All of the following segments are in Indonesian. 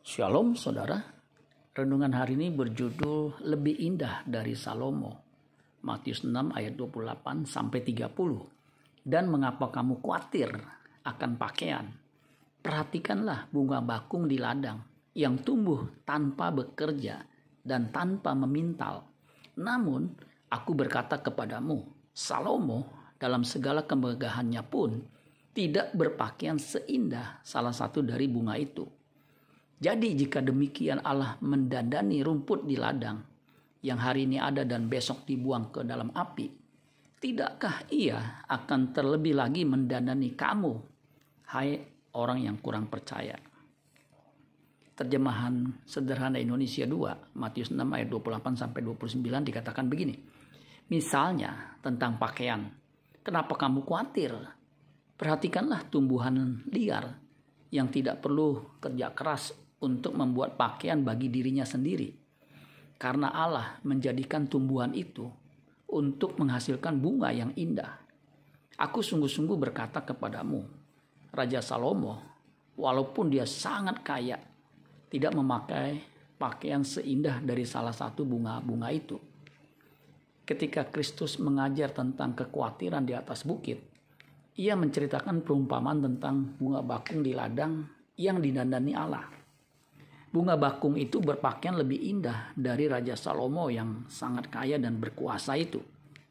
Shalom saudara, renungan hari ini berjudul Lebih Indah dari Salomo, Matius 6 ayat 28 sampai 30. Dan mengapa kamu khawatir akan pakaian? Perhatikanlah bunga bakung di ladang yang tumbuh tanpa bekerja dan tanpa memintal. Namun aku berkata kepadamu, Salomo dalam segala kemegahannya pun tidak berpakaian seindah salah satu dari bunga itu. Jadi jika demikian Allah mendandani rumput di ladang yang hari ini ada dan besok dibuang ke dalam api, tidakkah Ia akan terlebih lagi mendandani kamu, hai orang yang kurang percaya? Terjemahan sederhana Indonesia 2, Matius 6 ayat 28 sampai 29 dikatakan begini. Misalnya tentang pakaian, kenapa kamu khawatir? Perhatikanlah tumbuhan liar yang tidak perlu kerja keras untuk membuat pakaian bagi dirinya sendiri. Karena Allah menjadikan tumbuhan itu untuk menghasilkan bunga yang indah. Aku sungguh-sungguh berkata kepadamu, Raja Salomo, walaupun dia sangat kaya, tidak memakai pakaian seindah dari salah satu bunga-bunga itu. Ketika Kristus mengajar tentang kekhawatiran di atas bukit, Ia menceritakan perumpamaan tentang bunga bakung di ladang yang didandani Allah. Bunga bakung itu berpakaian lebih indah dari Raja Salomo yang sangat kaya dan berkuasa itu.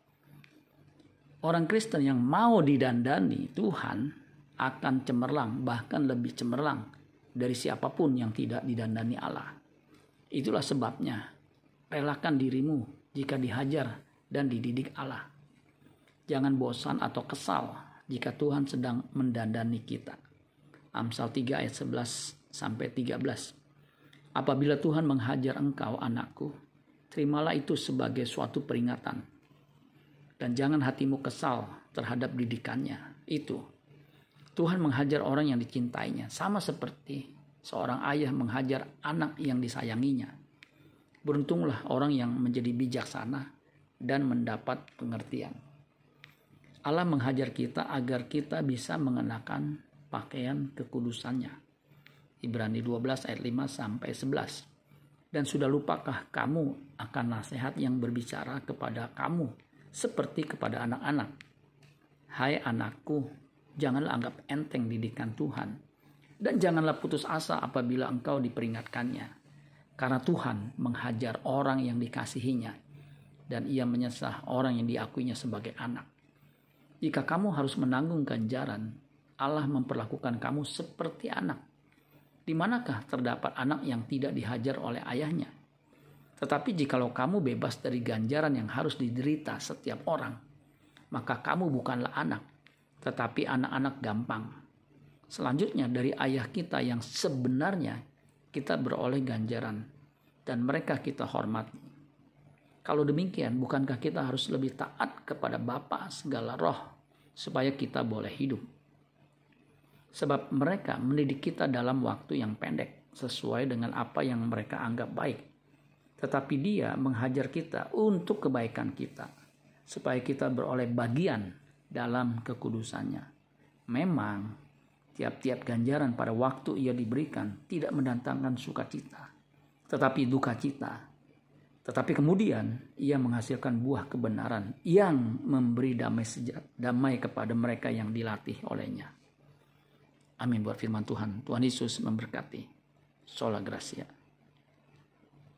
Orang Kristen yang mau didandani Tuhan akan cemerlang, bahkan lebih cemerlang dari siapapun yang tidak didandani Allah. Itulah sebabnya relakan dirimu jika dihajar dan dididik Allah. Jangan bosan atau kesal jika Tuhan sedang mendandani kita. Amsal 3 ayat 11 sampai 13. Apabila Tuhan menghajar engkau, anakku, terimalah itu sebagai suatu peringatan. Dan jangan hatimu kesal terhadap didikannya. Itu. Tuhan menghajar orang yang dicintainya. Sama seperti seorang ayah menghajar anak yang disayanginya. Beruntunglah orang yang menjadi bijaksana dan mendapat pengertian. Allah menghajar kita agar kita bisa mengenakan pakaian kekudusannya. Ibrani 12 ayat 5 sampai 11. Dan sudah lupakah kamu akan nasihat yang berbicara kepada kamu seperti kepada anak-anak? Hai anakku, janganlah anggap enteng didikan Tuhan. Dan janganlah putus asa apabila engkau diperingatkannya. Karena Tuhan menghajar orang yang dikasihinya. Dan Ia menyesah orang yang diakuinya sebagai anak. Jika kamu harus menanggung ganjaran, Allah memperlakukan kamu seperti anak. Di manakah terdapat anak yang tidak dihajar oleh ayahnya? Tetapi jikalau kamu bebas dari ganjaran yang harus diderita setiap orang, maka kamu bukanlah anak, tetapi anak-anak gampang. Selanjutnya dari ayah kita yang sebenarnya kita beroleh ganjaran, dan mereka kita hormati. Kalau demikian, bukankah kita harus lebih taat kepada Bapa segala roh, supaya kita boleh hidup? Sebab mereka mendidik kita dalam waktu yang pendek sesuai dengan apa yang mereka anggap baik. Tetapi Dia menghajar kita untuk kebaikan kita supaya kita beroleh bagian dalam kekudusannya. Memang tiap-tiap ganjaran pada waktu Ia diberikan tidak mendatangkan sukacita, tetapi duka cita. Tetapi kemudian Ia menghasilkan buah kebenaran yang memberi damai kepada mereka yang dilatih olehnya. Amin buat firman Tuhan. Tuhan Yesus memberkati. Sola Gracia.